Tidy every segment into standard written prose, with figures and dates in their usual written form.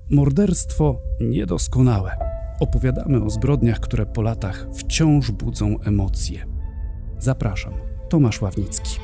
Morderstwo niedoskonałe. Opowiadamy o zbrodniach, które po latach wciąż budzą emocje. Zapraszam, Tomasz Ławnicki.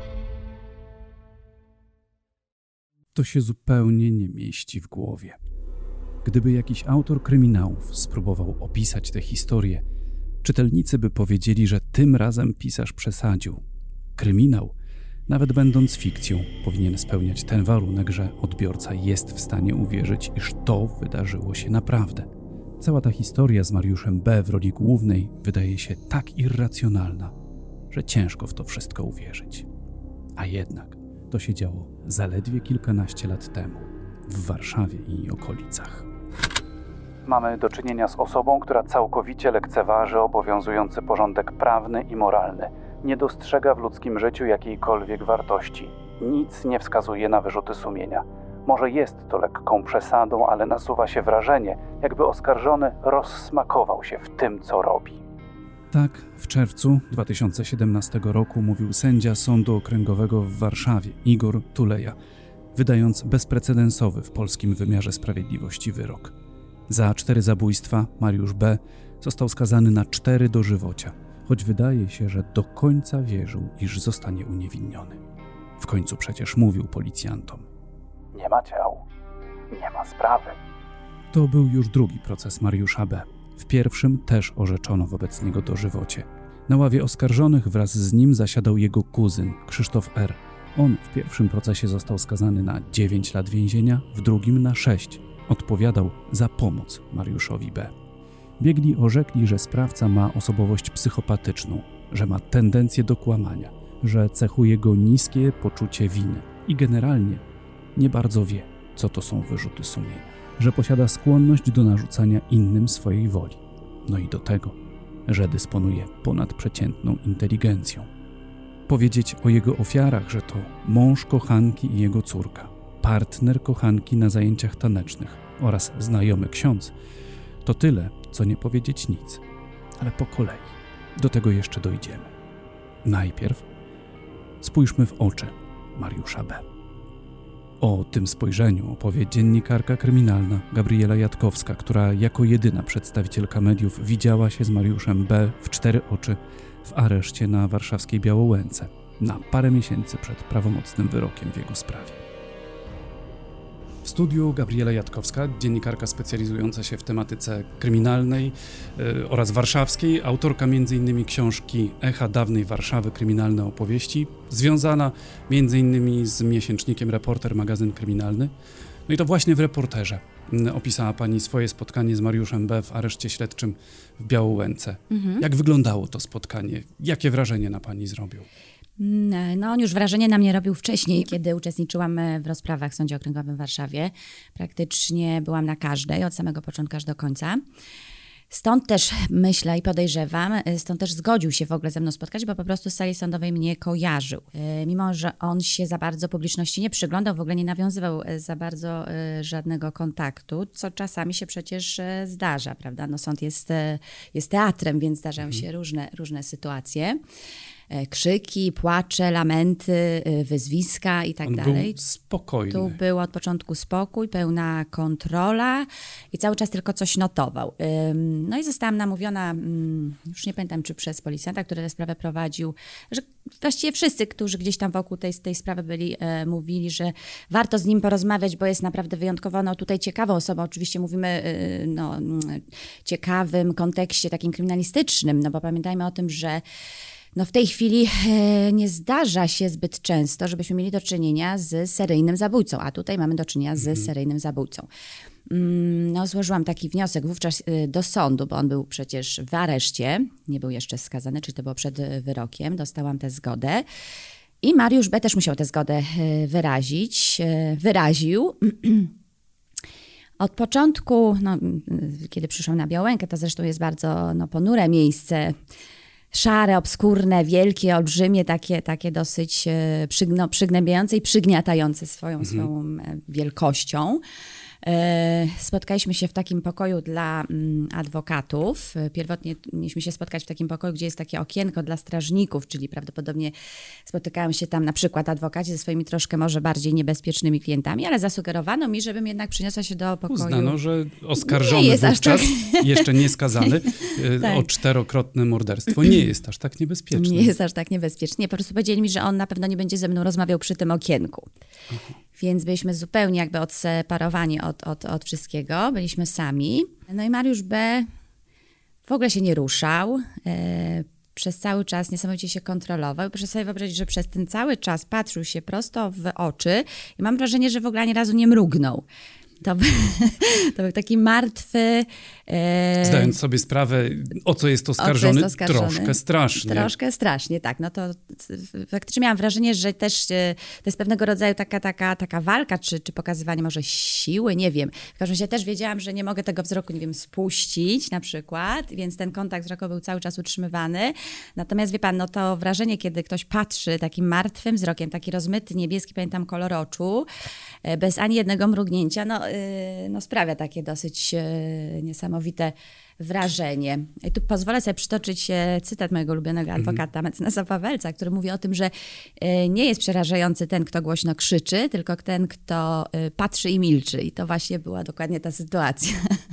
To się zupełnie nie mieści w głowie. Gdyby jakiś autor kryminałów spróbował opisać tę historię, czytelnicy by powiedzieli, że tym razem pisarz przesadził. Kryminał, nawet będąc fikcją, powinien spełniać ten warunek, że odbiorca jest w stanie uwierzyć, iż to wydarzyło się naprawdę. Cała ta historia z Mariuszem B. w roli głównej wydaje się tak irracjonalna, że ciężko w to wszystko uwierzyć. A jednak to się działo zaledwie kilkanaście lat temu w Warszawie i okolicach. Mamy do czynienia z osobą, która całkowicie lekceważy obowiązujący porządek prawny i moralny. Nie dostrzega w ludzkim życiu jakiejkolwiek wartości. Nic nie wskazuje na wyrzuty sumienia. Może jest to lekką przesadą, ale nasuwa się wrażenie, jakby oskarżony rozsmakował się w tym, co robi. Tak w czerwcu 2017 roku mówił sędzia Sądu Okręgowego w Warszawie Igor Tuleja, wydając bezprecedensowy w polskim wymiarze sprawiedliwości wyrok. Za 4 zabójstwa Mariusz B. został skazany na 4 dożywocia, choć wydaje się, że do końca wierzył, iż zostanie uniewinniony. W końcu przecież mówił policjantom: nie ma ciał, nie ma sprawy. To był już drugi proces Mariusza B. W pierwszym też orzeczono wobec niego dożywocie. Na ławie oskarżonych wraz z nim zasiadał jego kuzyn Krzysztof R. On w pierwszym procesie został skazany na 9 lat więzienia, w drugim na 6. Odpowiadał za pomoc Mariuszowi B. Biegli orzekli, że sprawca ma osobowość psychopatyczną, że ma tendencję do kłamania, że cechuje go niskie poczucie winy i generalnie nie bardzo wie, co to są wyrzuty sumienia, że posiada skłonność do narzucania innym swojej woli, no i do tego, że dysponuje ponadprzeciętną inteligencją. Powiedzieć o jego ofiarach, że to mąż kochanki i jego córka, partner kochanki na zajęciach tanecznych oraz znajomy ksiądz, to tyle, co nie powiedzieć nic, ale po kolei. Do tego jeszcze dojdziemy. Najpierw spójrzmy w oczy Mariusza B. O tym spojrzeniu opowie dziennikarka kryminalna Gabriela Jatkowska, która jako jedyna przedstawicielka mediów widziała się z Mariuszem B. w 4 oczy w areszcie na warszawskiej Białołęce na parę miesięcy przed prawomocnym wyrokiem w jego sprawie. W studiu Gabriela Jatkowska, dziennikarka specjalizująca się w tematyce kryminalnej oraz warszawskiej, autorka m.in. książki Echa dawnej Warszawy, kryminalne opowieści, związana m.in. z miesięcznikiem Reporter, magazyn kryminalny. No i to właśnie w Reporterze opisała Pani swoje spotkanie z Mariuszem B. w areszcie śledczym w Białołęce. Jak wyglądało to spotkanie? Jakie wrażenie na Pani zrobił? No, on już wrażenie na mnie robił wcześniej, kiedy uczestniczyłam w rozprawach w Sądzie Okręgowym w Warszawie. Praktycznie byłam na każdej, od samego początku aż do końca. Stąd też myślę i podejrzewam, stąd też zgodził się w ogóle ze mną spotkać, bo po prostu z sali sądowej mnie kojarzył. Mimo że on się za bardzo publiczności nie przyglądał, w ogóle nie nawiązywał za bardzo żadnego kontaktu, co czasami się przecież zdarza, prawda? No, sąd jest teatrem, więc zdarzają się różne sytuacje. Krzyki, płacze, lamenty, wyzwiska i tak dalej. On był spokojny. Tu był od początku spokój, pełna kontrola i cały czas tylko coś notował. No i zostałam namówiona, już nie pamiętam czy przez policjanta, który tę sprawę prowadził, że właściwie wszyscy, którzy gdzieś tam wokół tej sprawy byli, mówili, że warto z nim porozmawiać, bo jest naprawdę wyjątkowo, no tutaj ciekawą osobą. Oczywiście mówimy ciekawym kontekście takim kryminalistycznym, no bo pamiętajmy o tym, że no w tej chwili nie zdarza się zbyt często, żebyśmy mieli do czynienia z seryjnym zabójcą, a tutaj mamy do czynienia z seryjnym zabójcą. No, złożyłam taki wniosek wówczas do sądu, bo on był przecież w areszcie, nie był jeszcze skazany, czyli to było przed wyrokiem, dostałam tę zgodę i Mariusz B. też musiał tę zgodę wyraził. Od początku, kiedy przyszłam na Białękę, to zresztą jest bardzo ponure miejsce, szare, obskurne, wielkie, olbrzymie, takie dosyć przygnębiające i przygniatające swoją wielkością. Spotkaliśmy się w takim pokoju dla adwokatów. Pierwotnie mieliśmy się spotkać w takim pokoju, gdzie jest takie okienko dla strażników, czyli prawdopodobnie spotykają się tam na przykład adwokaci ze swoimi troszkę może bardziej niebezpiecznymi klientami, ale zasugerowano mi, żebym jednak przyniosła się do pokoju. Uznano, że oskarżony wówczas, jeszcze nie skazany, tak. o 4-krotne morderstwo nie jest aż tak niebezpieczne. Nie jest aż tak niebezpiecznie. Po prostu powiedzieli mi, że on na pewno nie będzie ze mną rozmawiał przy tym okienku. Aha. Więc byliśmy zupełnie jakby odseparowani od wszystkiego. Byliśmy sami. No i Mariusz B. w ogóle się nie ruszał. Przez cały czas niesamowicie się kontrolował. Proszę sobie wyobrazić, że przez ten cały czas patrzył się prosto w oczy i mam wrażenie, że w ogóle ani razu nie mrugnął. To był taki martwy... Zdając sobie sprawę, o co jest oskarżony, troszkę strasznie. Troszkę strasznie, tak. No to faktycznie miałam wrażenie, że też to jest pewnego rodzaju taka walka, czy pokazywanie może siły, nie wiem. W każdym razie też wiedziałam, że nie mogę tego wzroku, nie wiem, spuścić na przykład, więc ten kontakt wzrokowy był cały czas utrzymywany. Natomiast wie pan, no to wrażenie, kiedy ktoś patrzy takim martwym wzrokiem, taki rozmyty, niebieski, pamiętam, kolor oczu, bez ani jednego mrugnięcia, no sprawia takie dosyć niesamowite wrażenie. I tu pozwolę sobie przytoczyć cytat mojego ulubionego adwokata, mecenasa Pawelca, który mówi o tym, że nie jest przerażający ten, kto głośno krzyczy, tylko ten, kto patrzy i milczy. I to właśnie była dokładnie ta sytuacja.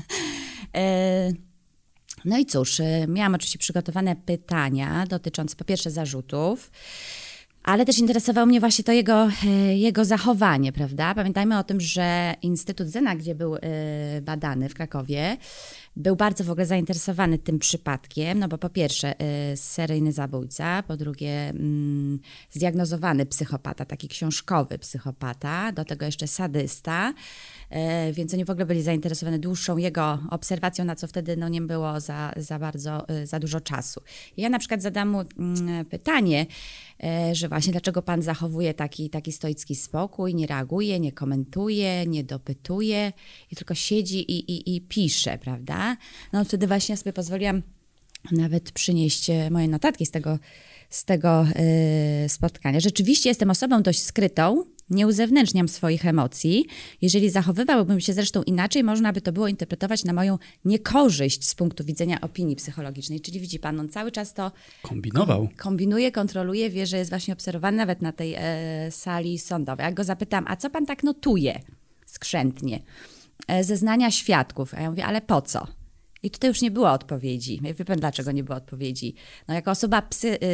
No i cóż, miałam oczywiście przygotowane pytania dotyczące po pierwsze zarzutów, ale też interesowało mnie właśnie to jego zachowanie, prawda? Pamiętajmy o tym, że Instytut Zena, gdzie był badany w Krakowie, był bardzo w ogóle zainteresowany tym przypadkiem, no bo po pierwsze seryjny zabójca, po drugie zdiagnozowany psychopata, taki książkowy psychopata, do tego jeszcze sadysta, więc oni w ogóle byli zainteresowani dłuższą jego obserwacją, na co wtedy nie było za dużo czasu. Ja na przykład zadam mu pytanie, że właśnie dlaczego pan zachowuje taki stoicki spokój, nie reaguje, nie komentuje, nie dopytuje i tylko siedzi i pisze, prawda? No wtedy właśnie sobie pozwoliłam nawet przynieść moje notatki z tego spotkania. Rzeczywiście jestem osobą dość skrytą, nie uzewnętrzniam swoich emocji. Jeżeli zachowywałbym się zresztą inaczej, można by to było interpretować na moją niekorzyść z punktu widzenia opinii psychologicznej. Czyli widzi pan, on cały czas to kombinuje, kontroluje, wie, że jest właśnie obserwowany nawet na tej sali sądowej. Jak go zapytam, a co pan tak notuje skrzętnie? Zeznania świadków. A ja mówię, ale po co? I tutaj już nie było odpowiedzi. Wie pan, dlaczego nie było odpowiedzi? No jako osoba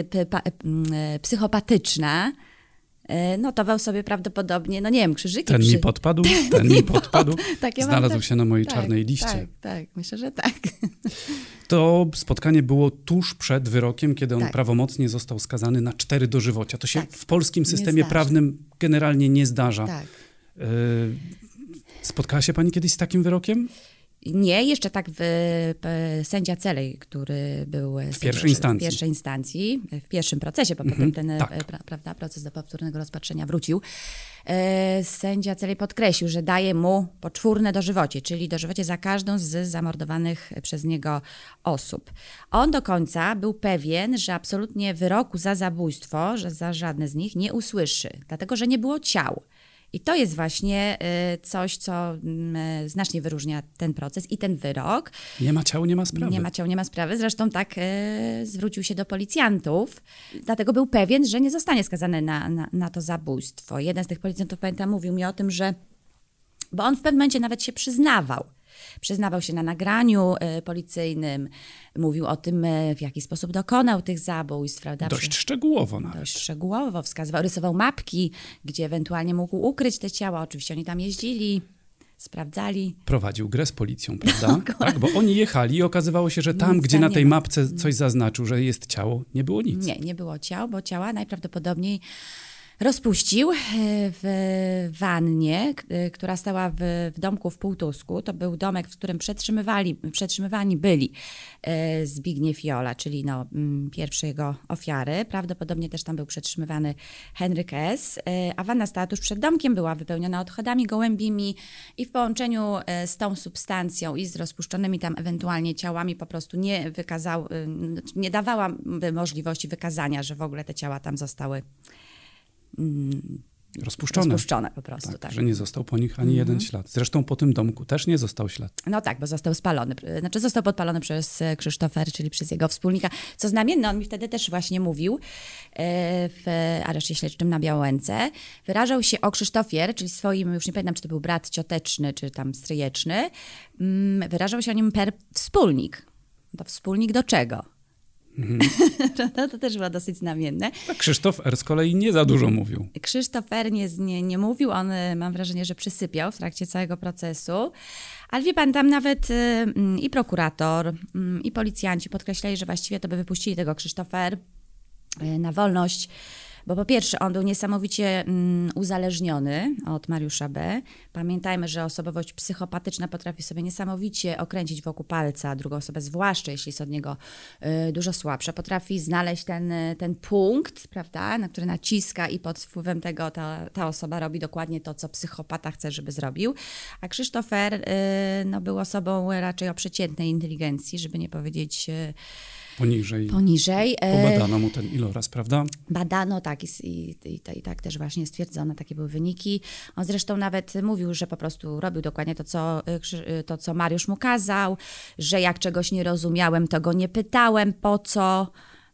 psychopatyczna notował sobie prawdopodobnie, no nie wiem, krzyżyki. Ten mi podpadł. Tak, ja znalazł się na mojej czarnej liście. Tak, myślę, że tak. To spotkanie było tuż przed wyrokiem, kiedy on prawomocnie został skazany na 4 dożywocia. To się w polskim systemie prawnym generalnie nie zdarza. Tak. Spotkała się pani kiedyś z takim wyrokiem? Nie, jeszcze tak sędzia Celej, który był w pierwszej instancji, w pierwszym procesie, bo potem ten proces do powtórnego rozpatrzenia wrócił. Sędzia Celej podkreślił, że daje mu poczwórne dożywocie, czyli dożywocie za każdą z zamordowanych przez niego osób. On do końca był pewien, że absolutnie wyroku za zabójstwo, że za żadne z nich nie usłyszy, dlatego że nie było ciał. I to jest właśnie coś, co znacznie wyróżnia ten proces i ten wyrok. Nie ma ciał, nie ma sprawy. Nie ma ciał, nie ma sprawy. Zresztą tak zwrócił się do policjantów. Dlatego był pewien, że nie zostanie skazany na to zabójstwo. Jeden z tych policjantów, pamiętam, mówił mi o tym, że... Bo on w pewnym momencie nawet się przyznawał. Przyznawał się na nagraniu policyjnym, mówił o tym, w jaki sposób dokonał tych zabójstw. Prawda? Dość szczegółowo nawet. Dość szczegółowo wskazywał, rysował mapki, gdzie ewentualnie mógł ukryć te ciała. Oczywiście oni tam jeździli, sprawdzali. Prowadził grę z policją, prawda? Tak, bo oni jechali i okazywało się, że tam, gdzie na tej mapce coś zaznaczył, że jest ciało, nie było nic. Nie było ciał, bo ciała najprawdopodobniej rozpuścił w wannie, która stała w domku w Półtusku. To był domek, w którym przetrzymywani byli Zbigniew Jola, czyli pierwsze jego ofiary. Prawdopodobnie też tam był przetrzymywany Henryk S., a wanna stała tuż przed domkiem, była wypełniona odchodami gołębimi i w połączeniu z tą substancją i z rozpuszczonymi tam ewentualnie ciałami po prostu nie dawała możliwości wykazania, że w ogóle te ciała tam zostały Rozpuszczone po prostu, tak. Że nie został po nich ani jeden ślad. Zresztą po tym domku też nie został ślad. No tak, bo został spalony. Znaczy został podpalony przez Krzysztof R., czyli przez jego wspólnika. Co znamienne, on mi wtedy też właśnie mówił w areszcie śledczym na Białęce. Wyrażał się o Krzysztofie R., czyli swoim, już nie pamiętam, czy to był brat cioteczny, czy tam stryjeczny. Wyrażał się o nim per wspólnik. To wspólnik do czego? To też było dosyć znamienne. Krzysztof R. z kolei nie za dużo mówił. Krzysztof R. nie mówił, on mam wrażenie, że przysypiał w trakcie całego procesu, ale wie pan, tam nawet i prokurator, i policjanci podkreślali, że właściwie to by wypuścili tego Krzysztofa R. na wolność, bo po pierwsze on był niesamowicie uzależniony od Mariusza B. Pamiętajmy, że osobowość psychopatyczna potrafi sobie niesamowicie okręcić wokół palca drugą osobę, zwłaszcza jeśli jest od niego dużo słabsza. Potrafi znaleźć ten punkt, prawda, na który naciska i pod wpływem tego ta osoba robi dokładnie to, co psychopata chce, żeby zrobił. A Krzysztof R. Był osobą raczej o przeciętnej inteligencji, żeby nie powiedzieć poniżej. Pobadano mu ten iloraz, prawda? Badano, tak, i tak też właśnie stwierdzono, takie były wyniki. On zresztą nawet mówił, że po prostu robił dokładnie to, co Mariusz mu kazał, że jak czegoś nie rozumiałem, to go nie pytałem, po co,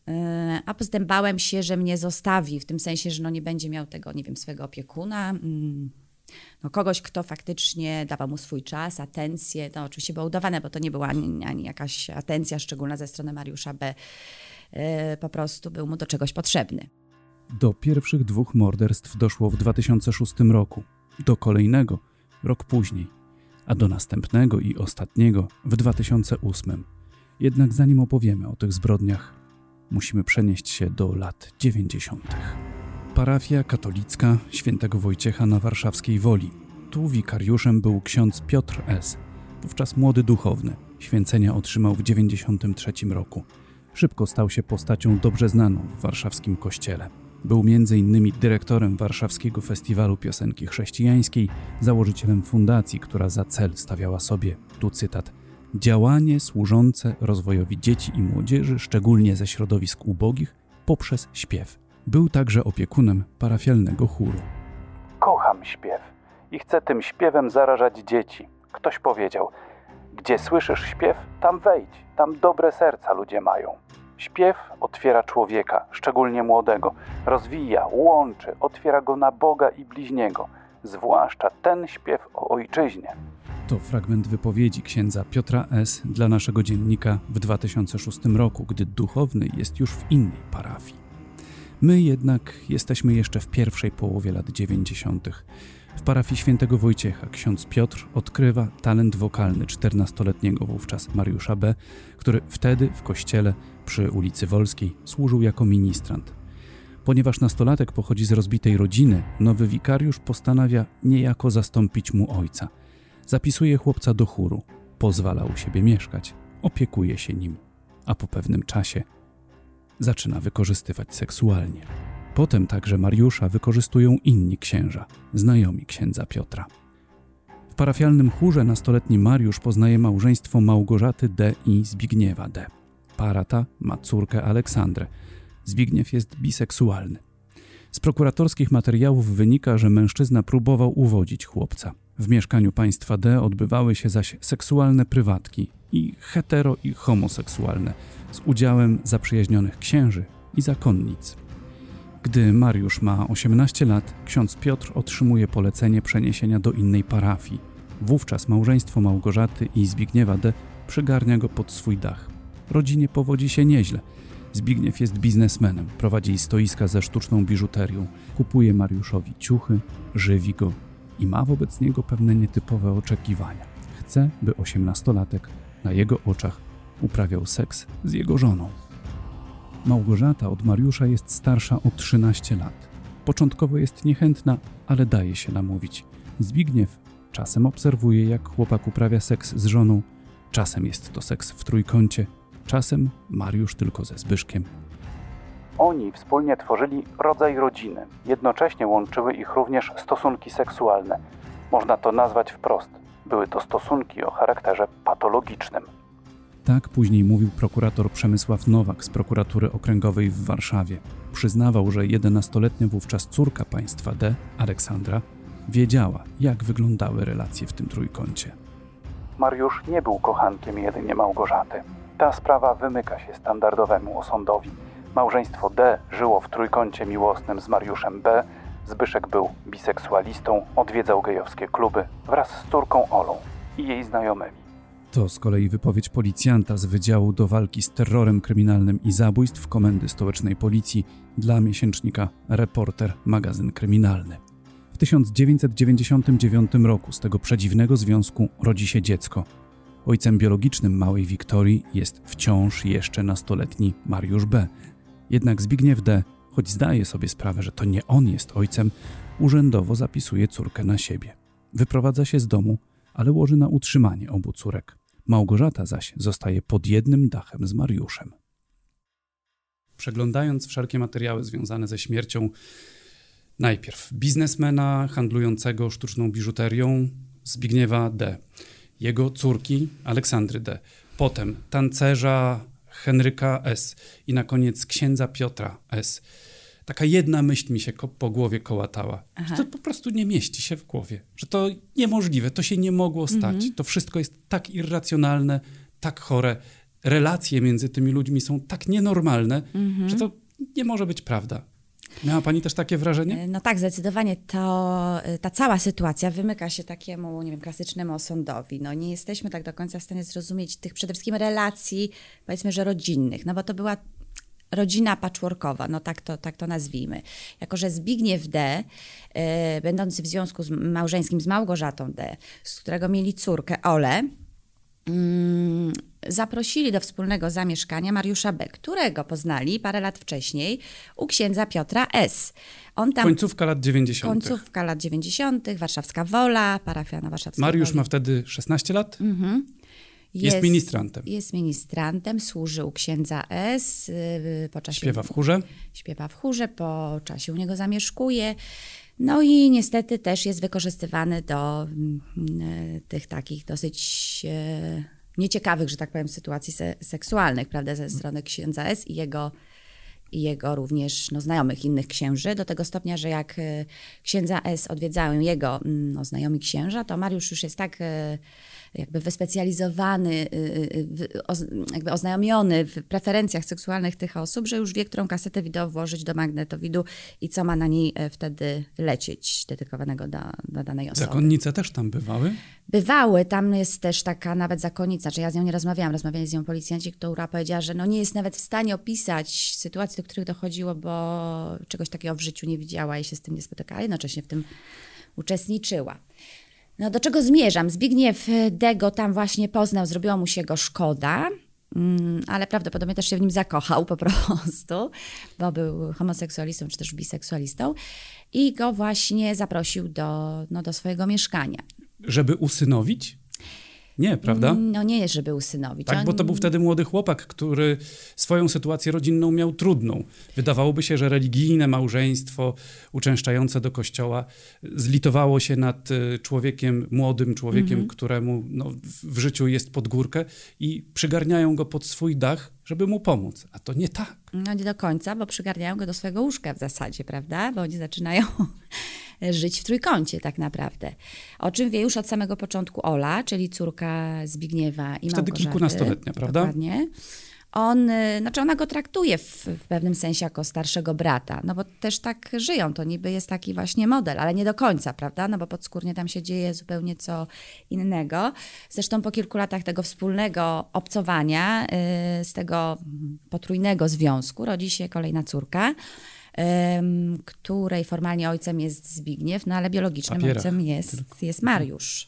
a poza tym bałem się, że mnie zostawi, w tym sensie, że nie będzie miał tego, nie wiem, swojego opiekuna, kogoś, kto faktycznie dawał mu swój czas, atencję. To oczywiście było udawane, bo to nie była ani jakaś atencja szczególna ze strony Mariusza B. Po prostu był mu do czegoś potrzebny. Do pierwszych 2 morderstw doszło w 2006 roku, do kolejnego rok później, a do następnego i ostatniego w 2008. Jednak zanim opowiemy o tych zbrodniach, musimy przenieść się do lat 90. Parafia katolicka Świętego Wojciecha na warszawskiej Woli. Tu wikariuszem był ksiądz Piotr S., wówczas młody duchowny. Święcenia otrzymał w 93 roku. Szybko stał się postacią dobrze znaną w warszawskim kościele. Był m.in. dyrektorem Warszawskiego Festiwalu Piosenki Chrześcijańskiej, założycielem fundacji, która za cel stawiała sobie, tu cytat, działanie służące rozwojowi dzieci i młodzieży, szczególnie ze środowisk ubogich, poprzez śpiew. Był także opiekunem parafialnego chóru. Kocham śpiew i chcę tym śpiewem zarażać dzieci. Ktoś powiedział, gdzie słyszysz śpiew, tam wejdź, tam dobre serca ludzie mają. Śpiew otwiera człowieka, szczególnie młodego, rozwija, łączy, otwiera go na Boga i bliźniego, zwłaszcza ten śpiew o ojczyźnie. To fragment wypowiedzi księdza Piotra S. dla naszego dziennika w 2006 roku, gdy duchowny jest już w innej parafii. My jednak jesteśmy jeszcze w pierwszej połowie lat 90. W parafii Świętego Wojciecha ksiądz Piotr odkrywa talent wokalny 14-letniego wówczas Mariusza B., który wtedy w kościele przy ulicy Wolskiej służył jako ministrant. Ponieważ nastolatek pochodzi z rozbitej rodziny, nowy wikariusz postanawia niejako zastąpić mu ojca. Zapisuje chłopca do chóru, pozwala u siebie mieszkać, opiekuje się nim, a po pewnym czasie zaczyna wykorzystywać seksualnie. Potem także Mariusza wykorzystują inni księża, znajomi księdza Piotra. W parafialnym chórze nastoletni Mariusz poznaje małżeństwo Małgorzaty D. i Zbigniewa D. Para ta ma córkę Aleksandrę. Zbigniew jest biseksualny. Z prokuratorskich materiałów wynika, że mężczyzna próbował uwodzić chłopca. W mieszkaniu państwa D. odbywały się zaś seksualne prywatki i hetero- i homoseksualne z udziałem zaprzyjaźnionych księży i zakonnic. Gdy Mariusz ma 18 lat, ksiądz Piotr otrzymuje polecenie przeniesienia do innej parafii. Wówczas małżeństwo Małgorzaty i Zbigniewa D. przygarnia go pod swój dach. Rodzinie powodzi się nieźle. Zbigniew jest biznesmenem, prowadzi stoiska ze sztuczną biżuterią, kupuje Mariuszowi ciuchy, żywi go i ma wobec niego pewne nietypowe oczekiwania. Chce, by 18-latek na jego oczach uprawiał seks z jego żoną. Małgorzata od Mariusza jest starsza o 13 lat. Początkowo jest niechętna, ale daje się namówić. Zbigniew czasem obserwuje, jak chłopak uprawia seks z żoną, czasem jest to seks w trójkącie, czasem Mariusz tylko ze Zbyszkiem. Oni wspólnie tworzyli rodzaj rodziny. Jednocześnie łączyły ich również stosunki seksualne. Można to nazwać wprost. Były to stosunki o charakterze patologicznym. Tak później mówił prokurator Przemysław Nowak z prokuratury okręgowej w Warszawie. Przyznawał, że 11-letnia wówczas córka państwa D, Aleksandra, wiedziała, jak wyglądały relacje w tym trójkącie. Mariusz nie był kochankiem jedynie Małgorzaty. Ta sprawa wymyka się standardowemu osądowi. Małżeństwo D żyło w trójkącie miłosnym z Mariuszem B. Zbyszek był biseksualistą, odwiedzał gejowskie kluby wraz z córką Olą i jej znajomymi. To z kolei wypowiedź policjanta z Wydziału do Walki z Terrorem Kryminalnym i Zabójstw Komendy Stołecznej Policji dla miesięcznika Reporter, magazyn kryminalny. W 1999 roku z tego przedziwnego związku rodzi się dziecko. Ojcem biologicznym małej Wiktorii jest wciąż jeszcze nastoletni Mariusz B. Jednak Zbigniew D., choć zdaje sobie sprawę, że to nie on jest ojcem, urzędowo zapisuje córkę na siebie. Wyprowadza się z domu, ale łoży na utrzymanie obu córek. Małgorzata zaś zostaje pod jednym dachem z Mariuszem. Przeglądając wszelkie materiały związane ze śmiercią najpierw biznesmena handlującego sztuczną biżuterią Zbigniewa D., jego córki Aleksandry D., potem tancerza Henryka S. i na koniec księdza Piotra S. Taka jedna myśl mi się po głowie kołatała, że to po prostu nie mieści się w głowie, że to niemożliwe, to się nie mogło stać. To wszystko jest tak irracjonalne, tak chore. Relacje między tymi ludźmi są tak nienormalne, że to nie może być prawda. Miała pani też takie wrażenie? No tak, zdecydowanie ta cała sytuacja wymyka się takiemu, nie wiem, klasycznemu osądowi. No nie jesteśmy tak do końca w stanie zrozumieć tych przede wszystkim relacji, powiedzmy, że rodzinnych, no bo to była rodzina patchworkowa, no tak to nazwijmy. Jako że Zbigniew D., będący w związku małżeńskim z Małgorzatą D., z którego mieli córkę Olę, zaprosili do wspólnego zamieszkania Mariusza B., którego poznali parę lat wcześniej u księdza Piotra S. On tam, Końcówka lat 90. Końcówka lat 90., warszawska Wola, parafiana warszawska Mariusz Woli. ma wtedy 16 lat? Jest ministrantem. Jest ministrantem, służy u księdza S. Po czasie Śpiewa w chórze? Śpiewa w chórze, po czasie u niego zamieszkuje. No i niestety też jest wykorzystywany do tych takich dosyć nieciekawych, że tak powiem, sytuacji seksualnych, prawda, ze strony księdza S. i jego również znajomych innych księży, do tego stopnia, że jak księdza S. odwiedzają jego znajomi księża, to Mariusz już jest tak jakby wyspecjalizowany, jakby oznajomiony w preferencjach seksualnych tych osób, że już wie, którą kasetę wideo włożyć do magnetowidu i co ma na niej wtedy lecieć, dedykowanego dla danej osoby. Zakonnice też tam bywały? Bywały, tam jest też taka nawet zakonnica, znaczy ja z nią nie rozmawiałam, rozmawiali z nią policjanci, która powiedziała, że nie jest nawet w stanie opisać sytuacji, do których dochodziło, bo czegoś takiego w życiu nie widziała i się z tym nie spotykała, jednocześnie w tym uczestniczyła. No do czego zmierzam? Zbigniew D. go tam właśnie poznał, zrobiło mu się go szkoda, ale prawdopodobnie też się w nim zakochał po prostu, bo był homoseksualistą czy też biseksualistą i go właśnie zaprosił do swojego mieszkania. Żeby usynowić? Nie, prawda? No nie, żeby usynowić. Tak, bo to był wtedy młody chłopak, który swoją sytuację rodzinną miał trudną. Wydawałoby się, że religijne małżeństwo uczęszczające do kościoła zlitowało się nad człowiekiem, młodym człowiekiem, któremu w życiu jest pod górkę i przygarniają go pod swój dach, żeby mu pomóc. A to nie tak. No nie do końca, bo przygarniają go do swojego łóżka w zasadzie, prawda? Bo oni zaczynają żyć w trójkącie tak naprawdę. O czym wie już od samego początku Ola, czyli córka Zbigniewa i Wtedy Małgorzaty. kilkunastoletnia, prawda? Dokładnie. Ona go traktuje w pewnym sensie jako starszego brata, no bo też tak żyją, to niby jest taki właśnie model, ale nie do końca, prawda? No bo podskórnie tam się dzieje zupełnie co innego. Zresztą po kilku latach tego wspólnego obcowania, z tego potrójnego związku rodzi się kolejna córka, której formalnie ojcem jest Zbigniew, no ale biologicznym ojcem jest Mariusz.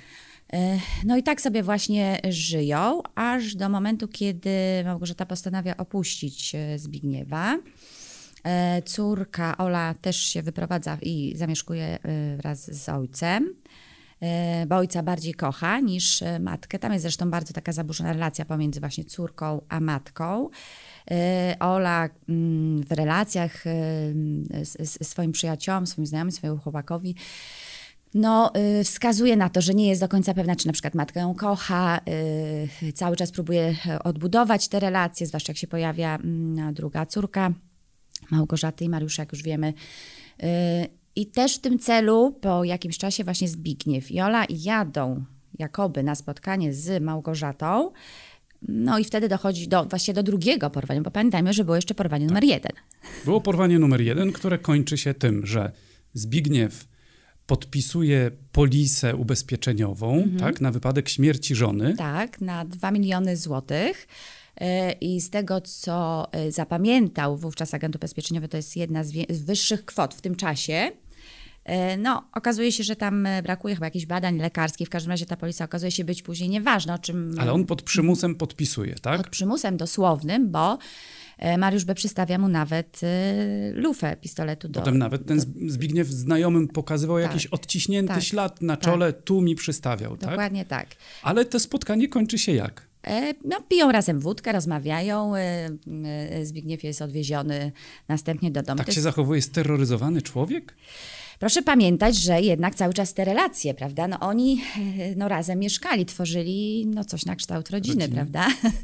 No i tak sobie właśnie żyją, aż do momentu, kiedy Małgorzata postanawia opuścić Zbigniewa. Córka Ola też się wyprowadza i zamieszkuje wraz z ojcem, bo ojca bardziej kocha niż matkę. Tam jest zresztą bardzo taka zaburzona relacja pomiędzy właśnie córką a matką. Ola w relacjach z swoim przyjaciołem, swoim znajomym, swojemu chłopakowi Wskazuje na to, że nie jest do końca pewna, czy na przykład matka ją kocha, cały czas próbuje odbudować te relacje, zwłaszcza jak się pojawia druga córka Małgorzaty i Mariusza, jak już wiemy. I też w tym celu po jakimś czasie właśnie Zbigniew i Ola jadą jakoby na spotkanie z Małgorzatą, i wtedy dochodzi właśnie do drugiego porwania, bo pamiętajmy, że było jeszcze porwanie numer 1. Było porwanie numer 1, które kończy się tym, że Zbigniew podpisuje polisę ubezpieczeniową, tak, na wypadek śmierci żony. Tak, na 2 miliony złotych. I z tego, co zapamiętał wówczas agent ubezpieczeniowy, to jest jedna z wyższych kwot w tym czasie. Okazuje się, że tam brakuje chyba jakichś badań lekarskich. W każdym razie ta polisa okazuje się być później nieważna, o czym... Ale on pod przymusem podpisuje, tak? Pod przymusem dosłownym, bo Mariusz B. przystawia mu nawet lufę pistoletu do... Potem nawet ten Zbigniew znajomym pokazywał jakiś odciśnięty ślad na czole, tu mi przystawiał, tak? Dokładnie tak. Ale to spotkanie kończy się jak? Piją razem wódkę, rozmawiają, Zbigniew jest odwieziony następnie do domu. Tak się zachowuje steroryzowany człowiek? Proszę pamiętać, że jednak cały czas te relacje, prawda? Oni razem mieszkali, tworzyli coś na kształt rodziny, prawda?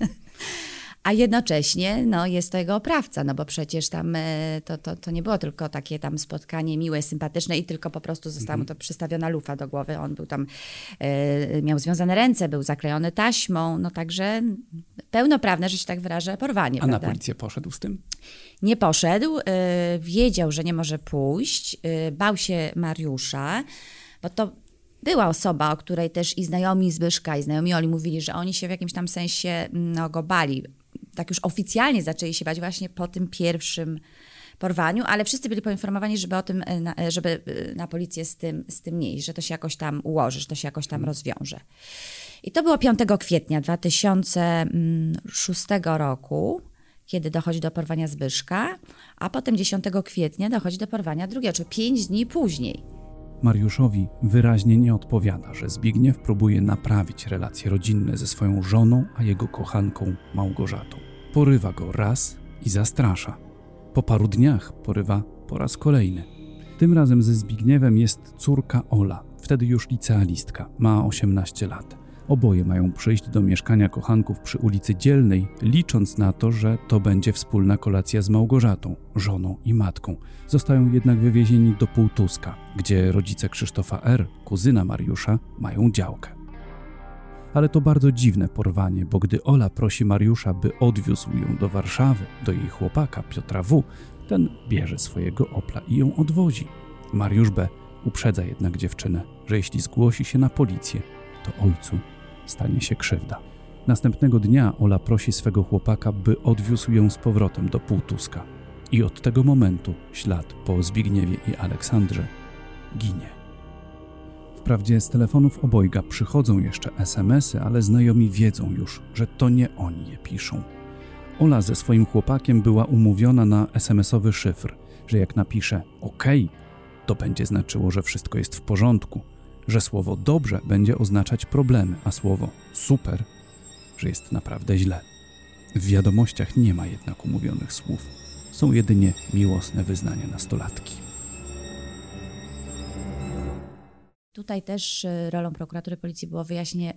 A jednocześnie jest to jego oprawca, bo przecież tam to nie było tylko takie tam spotkanie miłe, sympatyczne i tylko po prostu została mu to przystawiona lufa do głowy. On był tam, miał związane ręce, był zaklejony taśmą, także pełnoprawne, że się tak wyrażę, porwanie. A prawda? na policję poszedł z tym? Nie poszedł, wiedział, że nie może pójść, bał się Mariusza, bo to była osoba, o której też i znajomi Zbyszka, i znajomi Oli mówili, że oni się w jakimś tam sensie go bali. Tak już oficjalnie zaczęli się bać właśnie po tym pierwszym porwaniu, ale wszyscy byli poinformowani, żeby na policję z tym nie iść, że to się jakoś tam ułoży, że to się jakoś tam rozwiąże. I to było 5 kwietnia 2006 roku, kiedy dochodzi do porwania Zbyszka, a potem 10 kwietnia dochodzi do porwania drugiego, czyli 5 dni później. Mariuszowi wyraźnie nie odpowiada, że Zbigniew próbuje naprawić relacje rodzinne ze swoją żoną, a jego kochanką Małgorzatą. Porywa go raz i zastrasza. Po paru dniach porywa po raz kolejny. Tym razem ze Zbigniewem jest córka Ola, wtedy już licealistka, ma 18 lat. Oboje mają przyjść do mieszkania kochanków przy ulicy Dzielnej, licząc na to, że to będzie wspólna kolacja z Małgorzatą, żoną i matką. Zostają jednak wywiezieni do Półtuska, gdzie rodzice Krzysztofa R., kuzyna Mariusza, mają działkę. Ale to bardzo dziwne porwanie, bo gdy Ola prosi Mariusza, by odwiózł ją do Warszawy, do jej chłopaka Piotra W., ten bierze swojego Opla i ją odwozi. Mariusz B. uprzedza jednak dziewczynę, że jeśli zgłosi się na policję, to ojcu stanie się krzywda. Następnego dnia Ola prosi swego chłopaka, by odwiózł ją z powrotem do Półtuska. I od tego momentu ślad po Zbigniewie i Aleksandrze ginie. Wprawdzie z telefonów obojga przychodzą jeszcze SMS-y, ale znajomi wiedzą już, że to nie oni je piszą. Ola ze swoim chłopakiem była umówiona na SMS-owy szyfr, że jak napisze OK, to będzie znaczyło, że wszystko jest w porządku, że słowo dobrze będzie oznaczać problemy, a słowo super, że jest naprawdę źle. W wiadomościach nie ma jednak umówionych słów. Są jedynie miłosne wyznania nastolatki. Tutaj też rolą prokuratury policji było wyjaśnienie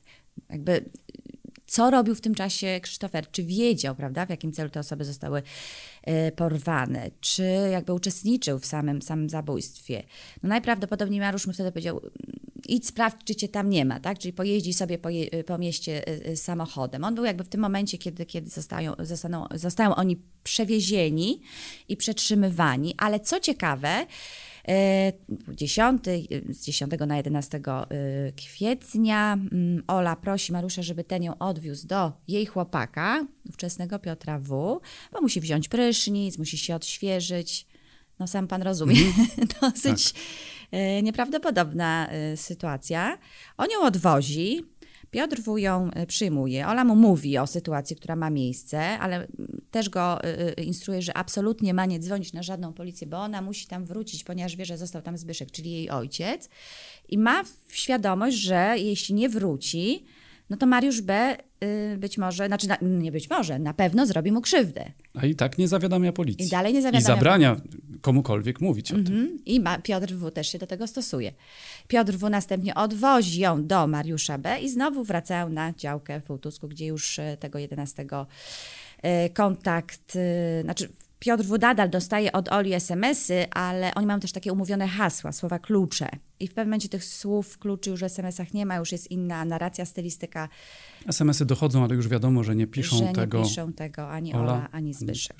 co robił w tym czasie Krzysztof R., czy wiedział, prawda, w jakim celu te osoby zostały porwane, czy jakby uczestniczył w samym zabójstwie. Najprawdopodobniej Mariusz mu wtedy powiedział, idź sprawdź, czy cię tam nie ma, tak? Czyli pojeździ sobie po mieście samochodem. On był jakby w tym momencie, kiedy zostają oni przewiezieni i przetrzymywani, ale co ciekawe, z 10 na 11 kwietnia Ola prosi Mariusza, żeby ten ją odwiózł do jej chłopaka, ówczesnego Piotra W., bo musi wziąć prysznic, musi się odświeżyć. Sam pan rozumie, dosyć nieprawdopodobna sytuacja. On ją odwozi, Piotr W. ją przyjmuje. Ola mu mówi o sytuacji, która ma miejsce, ale też go instruuje, że absolutnie ma nie dzwonić na żadną policję, bo ona musi tam wrócić, ponieważ wie, że został tam Zbyszek, czyli jej ojciec. I ma świadomość, że jeśli nie wróci, no to Mariusz B. Być może, nie być może, na pewno zrobi mu krzywdę. A i tak nie zawiadamia policji. I dalej nie I zawiadamia. zabrania komukolwiek mówić o tym. I Piotr W. też się do tego stosuje. Piotr W. następnie odwozi ją do Mariusza B. i znowu wracają na działkę w Półtusku, gdzie już tego 11 kontakt, Piotr W. nadal dostaje od Oli SMS-y, ale oni mają też takie umówione hasła, słowa klucze. I w pewnym momencie tych słów kluczy już w SMS-ach nie ma, już jest inna narracja, stylistyka. SMS-y dochodzą, ale już wiadomo, że nie piszą tego ani Ola, ani Zbyszek.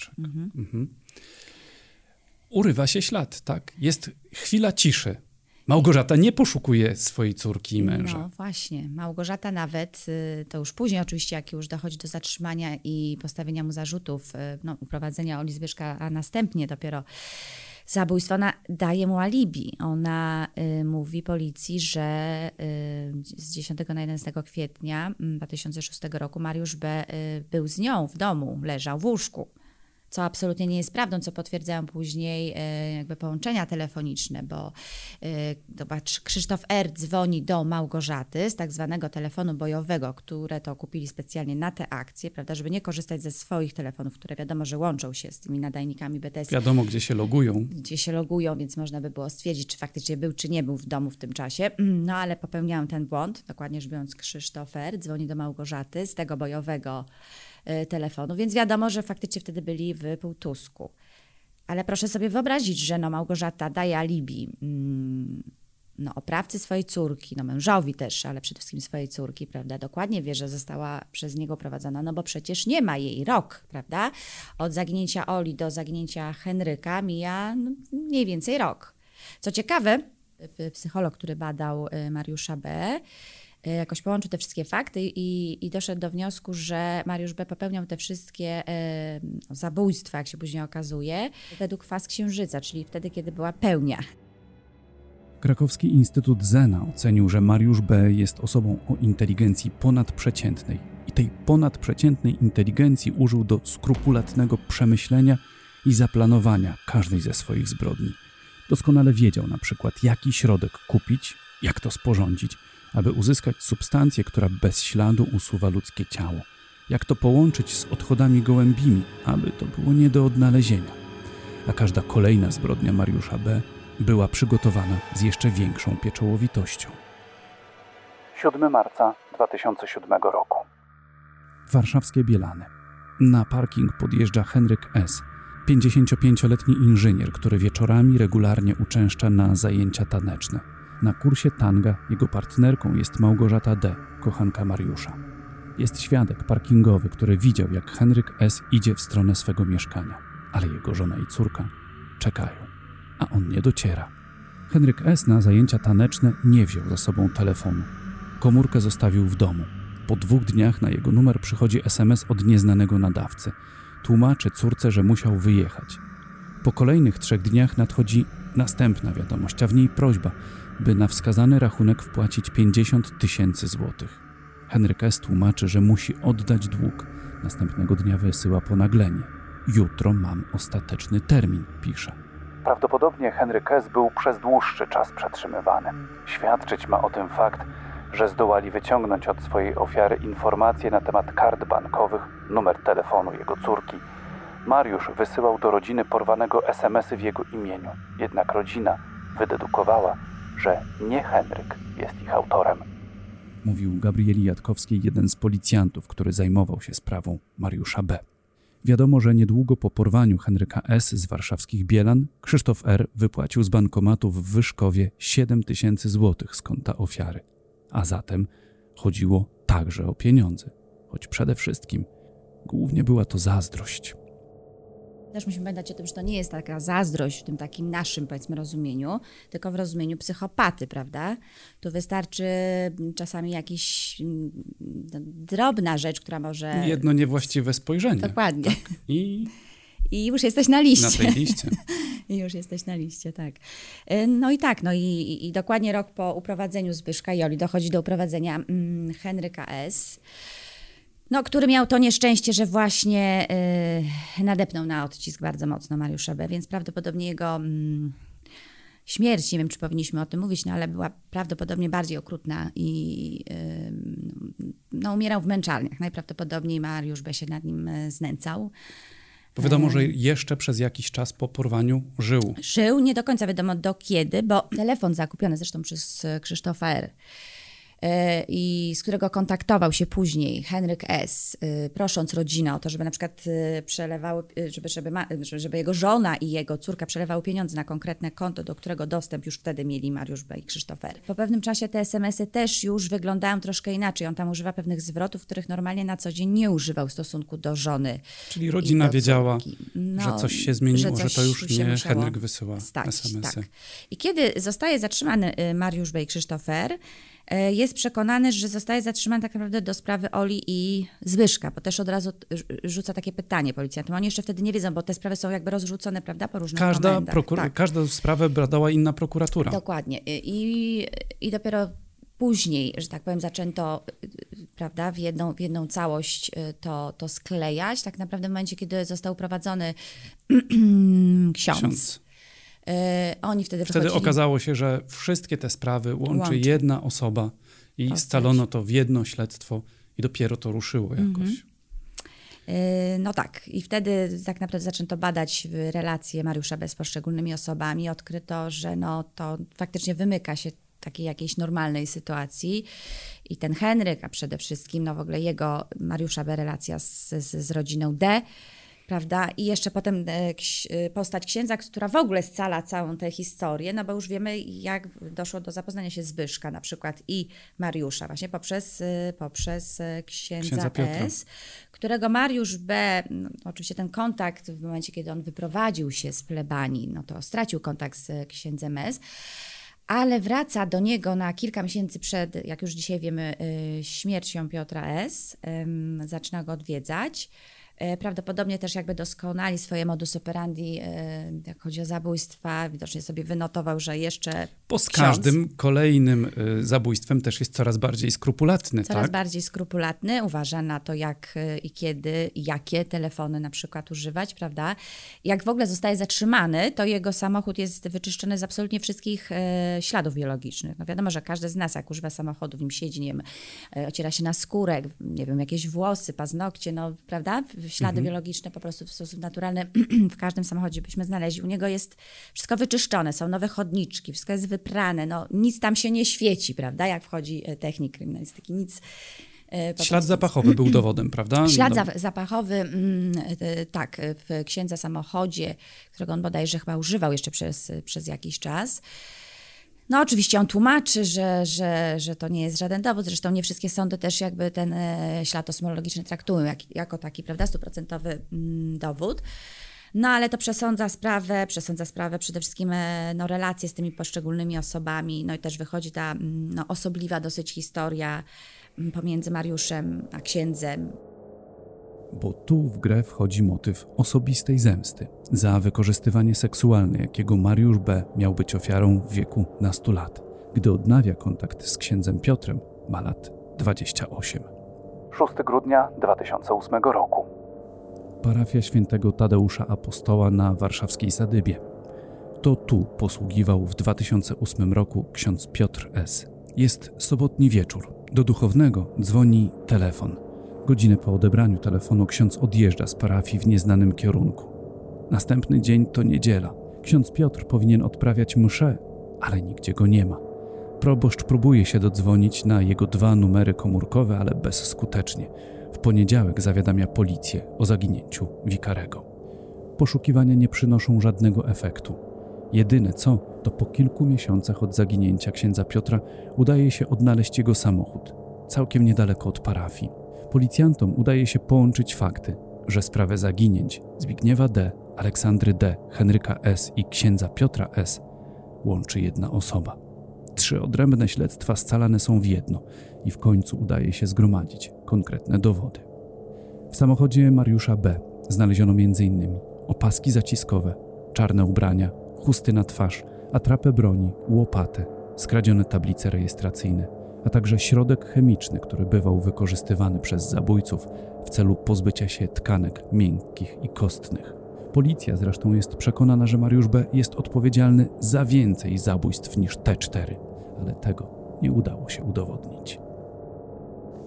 Urywa się ślad, tak? Jest chwila ciszy. Małgorzata nie poszukuje swojej córki i męża. No właśnie, Małgorzata nawet, to już później oczywiście, jak już dochodzi do zatrzymania i postawienia mu zarzutów, uprowadzenia Oli Zbyszka, a następnie dopiero zabójstwo, ona daje mu alibi. Ona mówi policji, że z 10 na 11 kwietnia 2006 roku Mariusz B. był z nią w domu, leżał w łóżku. Co absolutnie nie jest prawdą, co potwierdzają później jakby połączenia telefoniczne, bo Krzysztof R. dzwoni do Małgorzaty z tak zwanego telefonu bojowego, które to kupili specjalnie na te akcje, prawda, żeby nie korzystać ze swoich telefonów, które wiadomo, że łączą się z tymi nadajnikami BTS. Wiadomo, gdzie się logują. Więc można by było stwierdzić, czy faktycznie był, czy nie był w domu w tym czasie. No ale popełniałam ten błąd, dokładnie rzecz biorąc Krzysztof R. dzwoni do Małgorzaty z tego bojowego telefonu, więc wiadomo, że faktycznie wtedy byli w Półtusku. Ale proszę sobie wyobrazić, że Małgorzata daje alibi oprawcy swojej córki, mężowi też, ale przede wszystkim swojej córki, prawda? Dokładnie wie, że została przez niego prowadzona, bo przecież nie ma jej rok, prawda? Od zaginięcia Oli do zaginięcia Henryka mija mniej więcej rok. Co ciekawe, psycholog, który badał Mariusza B., jakoś połączył te wszystkie fakty i doszedł do wniosku, że Mariusz B. popełniał te wszystkie zabójstwa, jak się później okazuje, według faz księżyca, czyli wtedy, kiedy była pełnia. Krakowski Instytut Zena ocenił, że Mariusz B. jest osobą o inteligencji ponadprzeciętnej i tej ponadprzeciętnej inteligencji użył do skrupulatnego przemyślenia i zaplanowania każdej ze swoich zbrodni. Doskonale wiedział na przykład, jaki środek kupić, jak to sporządzić, aby uzyskać substancję, która bez śladu usuwa ludzkie ciało. Jak to połączyć z odchodami gołębimi, aby to było nie do odnalezienia. A każda kolejna zbrodnia Mariusza B. była przygotowana z jeszcze większą pieczołowitością. 7 marca 2007 roku. Warszawskie Bielany. Na parking podjeżdża Henryk S., 55-letni inżynier, który wieczorami regularnie uczęszcza na zajęcia taneczne. Na kursie tanga jego partnerką jest Małgorzata D., kochanka Mariusza. Jest świadek parkingowy, który widział, jak Henryk S. idzie w stronę swego mieszkania, ale jego żona i córka czekają, a on nie dociera. Henryk S. na zajęcia taneczne nie wziął za sobą telefonu. Komórkę zostawił w domu. Po 2 dniach na jego numer przychodzi SMS od nieznanego nadawcy. Tłumaczy córce, że musiał wyjechać. Po kolejnych 3 dniach nadchodzi następna wiadomość, a w niej prośba, by na wskazany rachunek wpłacić 50 000 złotych. Henryk S. tłumaczy, że musi oddać dług. Następnego dnia wysyła ponaglenie. Jutro mam ostateczny termin, pisze. Prawdopodobnie Henryk S. był przez dłuższy czas przetrzymywany. Świadczyć ma o tym fakt, że zdołali wyciągnąć od swojej ofiary informacje na temat kart bankowych, numer telefonu jego córki. Mariusz wysyłał do rodziny porwanego SMS-y w jego imieniu. Jednak rodzina wydedukowała, że nie Henryk jest ich autorem. Mówił Gabrieli Jatkowskiej, jeden z policjantów, który zajmował się sprawą Mariusza B. Wiadomo, że niedługo po porwaniu Henryka S. z warszawskich Bielan Krzysztof R. wypłacił z bankomatu w Wyszkowie 7 000 złotych z konta ofiary. A zatem chodziło także o pieniądze, choć przede wszystkim głównie była to zazdrość. Też musimy pamiętać o tym, że to nie jest taka zazdrość w tym takim naszym, powiedzmy, rozumieniu, tylko w rozumieniu psychopaty, prawda? Tu wystarczy czasami jakaś drobna rzecz, która może... Jedno niewłaściwe spojrzenie. Dokładnie. Tak. I już jesteś na liście. Na tej liście. I już jesteś na liście, tak. No i tak, i dokładnie rok po uprowadzeniu Zbyszka i Oli dochodzi do uprowadzenia Henryka S., który miał to nieszczęście, że właśnie nadepnął na odcisk bardzo mocno Mariusza B., więc prawdopodobnie jego śmierć, nie wiem, czy powinniśmy o tym mówić, ale była prawdopodobnie bardziej okrutna i umierał w męczarniach. Najprawdopodobniej Mariusz B. się nad nim znęcał. Bo wiadomo, że jeszcze przez jakiś czas po porwaniu żył. Żył, nie do końca wiadomo do kiedy, bo telefon zakupiony zresztą przez Krzysztofa R., i z którego kontaktował się później Henryk S., prosząc rodzinę o to, żeby na przykład przelewały, żeby jego żona i jego córka przelewały pieniądze na konkretne konto, do którego dostęp już wtedy mieli Mariusz B. i Krzysztof R. Po pewnym czasie te SMS-y też już wyglądają troszkę inaczej. On tam używa pewnych zwrotów, których normalnie na co dzień nie używał w stosunku do żony. Czyli rodzina wiedziała, że coś się zmieniło, że to już nie Henryk wysyła SMS-y. Tak. I kiedy zostaje zatrzymany Mariusz B. i Krzysztof R., jest przekonany, że zostaje zatrzymany tak naprawdę do sprawy Oli i Zbyszka, bo też od razu rzuca takie pytanie policjantom. Oni jeszcze wtedy nie wiedzą, bo te sprawy są jakby rozrzucone, prawda, po różnych komendach. Każdą sprawę badała inna prokuratura. Dokładnie. I dopiero później, że tak powiem, zaczęto, prawda, w jedną całość to sklejać. Tak naprawdę w momencie, kiedy został uprowadzony ksiądz. Oni wtedy okazało się, że wszystkie te sprawy łączy jedna osoba i scalono to w jedno śledztwo i dopiero to ruszyło jakoś. No tak. I wtedy tak naprawdę zaczęto badać relacje Mariusza B. z poszczególnymi osobami. Odkryto, że to faktycznie wymyka się takiej jakiejś normalnej sytuacji. I ten Henryk, a przede wszystkim w ogóle jego, Mariusza B. relacja z rodziną D., prawda? I jeszcze potem postać księdza, która w ogóle scala całą tę historię, no bo już wiemy, jak doszło do zapoznania się Zbyszka na przykład i Mariusza właśnie poprzez księdza S., którego Mariusz B., oczywiście ten kontakt w momencie, kiedy on wyprowadził się z plebanii, no to stracił kontakt z księdzem S., ale wraca do niego na kilka miesięcy przed, jak już dzisiaj wiemy, śmiercią Piotra S., zaczyna go odwiedzać. Prawdopodobnie też jakby doskonali swoje modus operandi, jak chodzi o zabójstwa. Widocznie sobie wynotował, że jeszcze Bo z każdym kolejnym zabójstwem też jest coraz bardziej skrupulatny, Coraz bardziej skrupulatny. Uważa na to, jak i kiedy, jakie telefony na przykład używać, prawda? Jak w ogóle zostaje zatrzymany, to jego samochód jest wyczyszczony z absolutnie wszystkich śladów biologicznych. No wiadomo, że każdy z nas, jak używa samochodu, w nim siedzi, nie wiem, ociera się na skórę, nie wiem, jakieś włosy, paznokcie, no prawda? Ślady biologiczne po prostu w sposób naturalny w każdym samochodzie byśmy znaleźli. U niego jest wszystko wyczyszczone, są nowe chodniczki, wszystko jest wyprane, no nic tam się nie świeci, prawda, jak wchodzi technik kryminalistyki, nic. Ślad zapachowy był dowodem, prawda? Ślad zapachowy, tak, w księdza samochodzie, którego on bodajże chyba używał jeszcze przez jakiś czas. No oczywiście on tłumaczy, że to nie jest żaden dowód, zresztą nie wszystkie sądy też jakby ten ślad osmologiczny traktują jako taki, prawda, 100% dowód. No ale to przesądza sprawę przede wszystkim relacje z tymi poszczególnymi osobami, no i też wychodzi ta osobliwa dosyć historia pomiędzy Mariuszem a księdzem. Bo tu w grę wchodzi motyw osobistej zemsty za wykorzystywanie seksualne, jakiego Mariusz B. miał być ofiarą w wieku nastu lat. Gdy odnawia kontakt z księdzem Piotrem, ma lat 28. 6 grudnia 2008 roku. Parafia świętego Tadeusza Apostoła na warszawskiej Sadybie. To tu posługiwał w 2008 roku ksiądz Piotr S. Jest sobotni wieczór. Do duchownego dzwoni telefon. Godzinę po odebraniu telefonu ksiądz odjeżdża z parafii w nieznanym kierunku. Następny dzień to niedziela. Ksiądz Piotr powinien odprawiać mszę, ale nigdzie go nie ma. Proboszcz próbuje się dodzwonić na jego 2 numery komórkowe, ale bezskutecznie. W poniedziałek zawiadamia policję o zaginięciu wikarego. Poszukiwania nie przynoszą żadnego efektu. Jedyne co, to po kilku miesiącach od zaginięcia księdza Piotra udaje się odnaleźć jego samochód, całkiem niedaleko od parafii. Policjantom udaje się połączyć fakty, że sprawę zaginięć Zbigniewa D., Aleksandry D., Henryka S. i księdza Piotra S. łączy jedna osoba. 3 odrębne śledztwa scalane są w jedno i w końcu udaje się zgromadzić konkretne dowody. W samochodzie Mariusza B. znaleziono m.in. opaski zaciskowe, czarne ubrania, chusty na twarz, atrapę broni, łopatę, skradzione tablice rejestracyjne, a także środek chemiczny, który bywał wykorzystywany przez zabójców w celu pozbycia się tkanek miękkich i kostnych. Policja zresztą jest przekonana, że Mariusz B. jest odpowiedzialny za więcej zabójstw niż te 4, ale tego nie udało się udowodnić.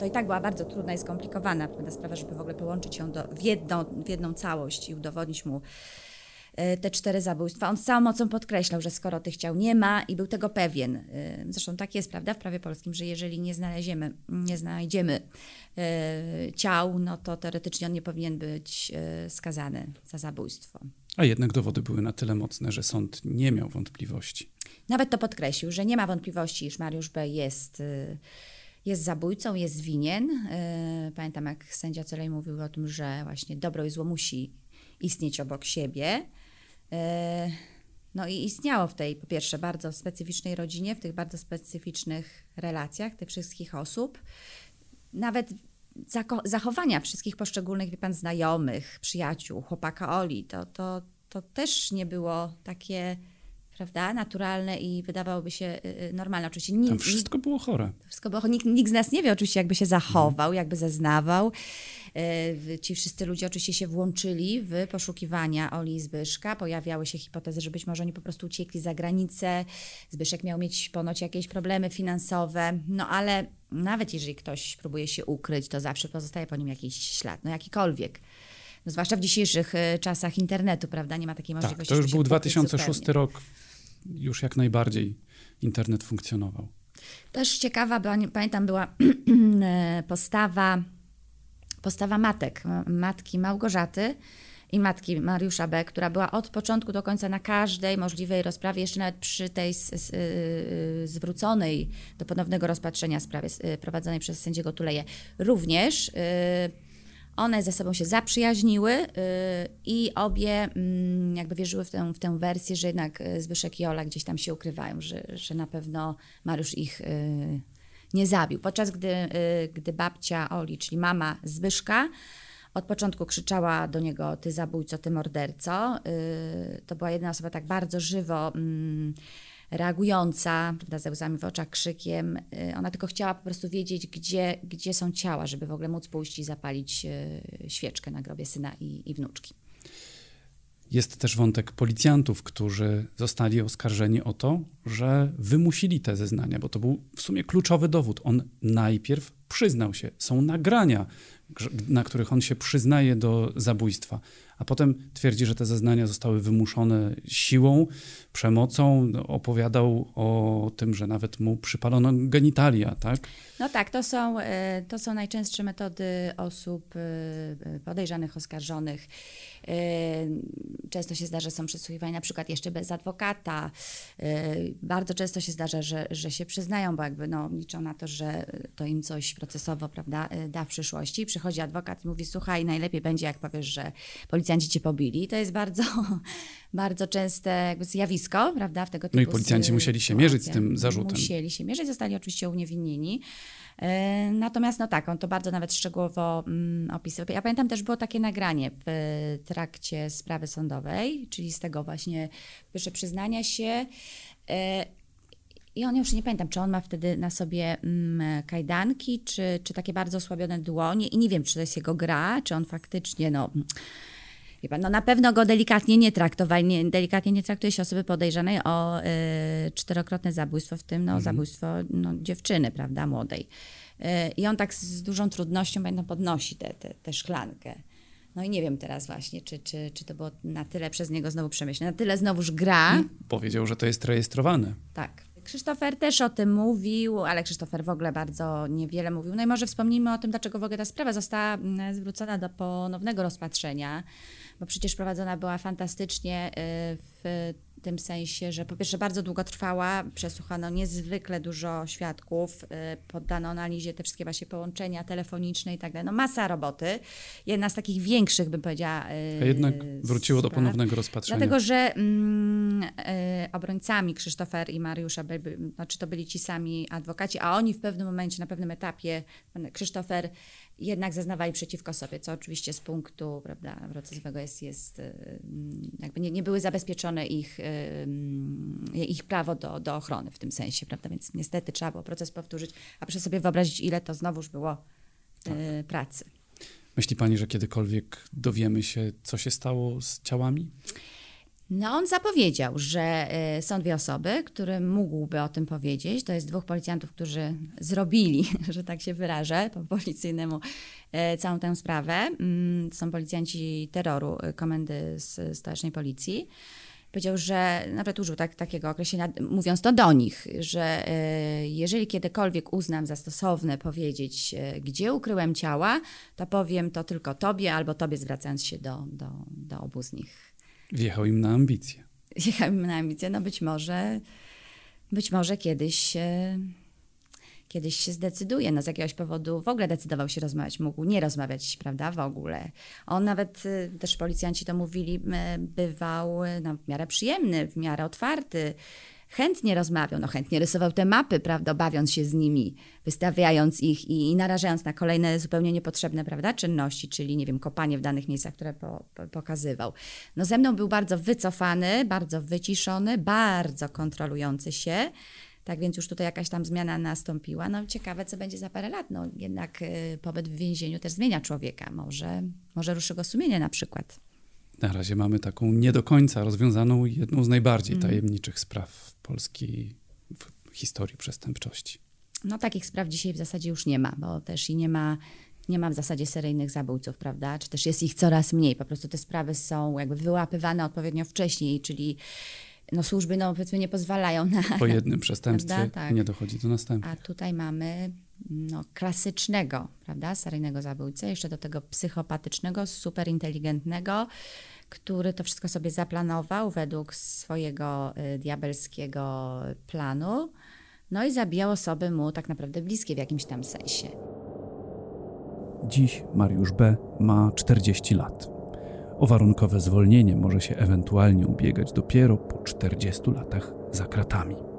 to i tak była bardzo trudna i skomplikowana ta sprawa, żeby w ogóle połączyć ją w jedną całość i udowodnić mu te 4 zabójstwa. On z całą mocą podkreślał, że skoro tych ciał nie ma i był tego pewien. Zresztą tak jest, prawda, w prawie polskim, że jeżeli nie znajdziemy ciał, no to teoretycznie on nie powinien być skazany za zabójstwo. A jednak dowody były na tyle mocne, że sąd nie miał wątpliwości. Nawet to podkreślił, że nie ma wątpliwości, iż Mariusz B. jest zabójcą, jest winien. Pamiętam, jak sędzia Celej mówił o tym, że właśnie dobro i zło musi istnieć obok siebie. No i istniało w tej, po pierwsze, bardzo specyficznej rodzinie, w tych bardzo specyficznych relacjach tych wszystkich osób. Nawet zachowania wszystkich poszczególnych, wie pan, znajomych, przyjaciół, chłopaka Oli, to też nie było takie, prawda, naturalne i wydawałoby się normalne. Oczywiście tam wszystko było chore. Wszystko było, nikt z nas nie wie oczywiście, jakby się zachował, jakby zeznawał. Ci wszyscy ludzie oczywiście się włączyli w poszukiwania Oli i Zbyszka. Pojawiały się hipotezy, że być może oni po prostu uciekli za granicę. Zbyszek miał mieć ponoć jakieś problemy finansowe. No ale nawet jeżeli ktoś próbuje się ukryć, to zawsze pozostaje po nim jakiś ślad, no jakikolwiek. No, zwłaszcza w dzisiejszych czasach internetu, prawda? Nie ma takiej możliwości. Tak, to już był 2006 rok. Już jak najbardziej internet funkcjonował. Też ciekawa, bo pamiętam, była postawa matki Małgorzaty i matki Mariusza B., która była od początku do końca na każdej możliwej rozprawie, jeszcze nawet przy tej zwróconej do ponownego rozpatrzenia sprawy prowadzonej przez sędziego Tuleję. Również one ze sobą się zaprzyjaźniły i obie jakby wierzyły w tę wersję, że jednak Zbyszek i Ola gdzieś tam się ukrywają, że na pewno Mariusz ich nie zabił. Podczas gdy babcia Oli, czyli mama Zbyszka, od początku krzyczała do niego: ty zabójco, ty morderco. To była jedna osoba tak bardzo żywo reagująca, prawda, ze łzami w oczach, krzykiem. Ona tylko chciała po prostu wiedzieć, gdzie są ciała, żeby w ogóle móc pójść i zapalić świeczkę na grobie syna i wnuczki. Jest też wątek policjantów, którzy zostali oskarżeni o to, że wymusili te zeznania, bo to był w sumie kluczowy dowód. On najpierw przyznał się. Są nagrania, na których on się przyznaje do zabójstwa, a potem twierdzi, że te zeznania zostały wymuszone siłą, przemocą. Opowiadał o tym, że nawet mu przypalono genitalia, tak? No tak, to są najczęstsze metody osób podejrzanych, oskarżonych. Często się zdarza, że są przesłuchiwania na przykład jeszcze bez adwokata. Bardzo często się zdarza, że się przyznają, bo jakby liczą na to, że to im coś procesowo, prawda, da w przyszłości. Przychodzi adwokat i mówi: słuchaj, najlepiej będzie, jak powiesz, że policjanci cię pobili. To jest bardzo, bardzo częste jakby zjawisko, prawda, w tego typu. No i policjanci musieli się mierzyć z tym zarzutem. Musieli się mierzyć, zostali oczywiście uniewinnieni. Natomiast tak, on to bardzo nawet szczegółowo opisywał. Ja pamiętam, też było takie nagranie w trakcie sprawy sądowej, czyli z tego właśnie pierwsze przyznania się. I on, już nie pamiętam, czy on ma wtedy na sobie kajdanki, czy takie bardzo osłabione dłonie. I nie wiem, czy to jest jego gra, czy on faktycznie, wie pan, na pewno go delikatnie nie traktuje się osoby podejrzanej o 4-krotne zabójstwo, w tym zabójstwo dziewczyny, prawda, młodej. I on tak z dużą trudnością, pamiętam, podnosi tę szklankę. No i nie wiem teraz właśnie, czy to było na tyle przez niego znowu przemyślane, na tyle znowuż gra. Powiedział, że to jest rejestrowane. Tak. Krzysztofer też o tym mówił, ale Krzysztofer w ogóle bardzo niewiele mówił. No i może wspomnijmy o tym, dlaczego w ogóle ta sprawa została zwrócona do ponownego rozpatrzenia, bo przecież prowadzona była fantastycznie w tym sensie, że po pierwsze bardzo długo trwała, przesłuchano niezwykle dużo świadków, poddano analizie te wszystkie właśnie połączenia telefoniczne i tak dalej. Masa roboty. Jedna z takich większych, bym powiedziała, a jednak wróciło do ponownego rozpatrzenia. Dlatego, że obrońcami Krzysztofer i Mariusza, to byli ci sami adwokaci, a oni w pewnym momencie, na pewnym etapie, Krzysztofer jednak zeznawali przeciwko sobie, co oczywiście z punktu, prawda, procesowego jest jakby nie były zabezpieczone ich prawo do ochrony w tym sensie, prawda, więc niestety trzeba było proces powtórzyć, a proszę sobie wyobrazić, ile to znowuż było pracy. Myśli pani, że kiedykolwiek dowiemy się, co się stało z ciałami? No on zapowiedział, że są 2 osoby, którym mógłby o tym powiedzieć. To jest 2 policjantów, którzy zrobili, że tak się wyrażę, po policyjnemu całą tę sprawę. To są policjanci terroru Komendy Stołecznej Policji. Powiedział, że nawet użył takiego określenia, mówiąc to do nich, że jeżeli kiedykolwiek uznam za stosowne powiedzieć, gdzie ukryłem ciała, to powiem to tylko tobie albo tobie, zwracając się do obu z nich. Wjechał im na ambicje. Wjechał im na ambicje, no być może kiedyś się zdecyduje, no z jakiegoś powodu w ogóle decydował się rozmawiać, mógł nie rozmawiać, prawda, w ogóle. On nawet, też policjanci to mówili, bywał no, w miarę przyjemny, w miarę otwarty, chętnie rozmawiał, no chętnie rysował te mapy, prawda, bawiąc się z nimi, wystawiając ich i narażając na kolejne zupełnie niepotrzebne, prawda, czynności, czyli, nie wiem, kopanie w danych miejscach, które pokazywał. No ze mną był bardzo wycofany, bardzo wyciszony, bardzo kontrolujący się. Tak więc już tutaj jakaś tam zmiana nastąpiła. No ciekawe, co będzie za parę lat. No jednak pobyt w więzieniu też zmienia człowieka. Może ruszy go sumienie na przykład. Na razie mamy taką nie do końca rozwiązaną, jedną z najbardziej tajemniczych spraw polskiej w historii przestępczości. No takich spraw dzisiaj w zasadzie już nie ma, bo też i nie ma w zasadzie seryjnych zabójców, prawda? Czy też jest ich coraz mniej. Po prostu te sprawy są jakby wyłapywane odpowiednio wcześniej, czyli no służby, no powiedzmy, nie pozwalają na... Po jednym przestępstwie tak. nie dochodzi do następnych. A tutaj mamy no, klasycznego, prawda, seryjnego zabójcę, jeszcze do tego psychopatycznego, super inteligentnego, który to wszystko sobie zaplanował według swojego diabelskiego planu, no i zabijał osoby mu tak naprawdę bliskie w jakimś tam sensie. Dziś Mariusz B. ma 40 lat. O warunkowe zwolnienie może się ewentualnie ubiegać dopiero po 40 latach za kratami.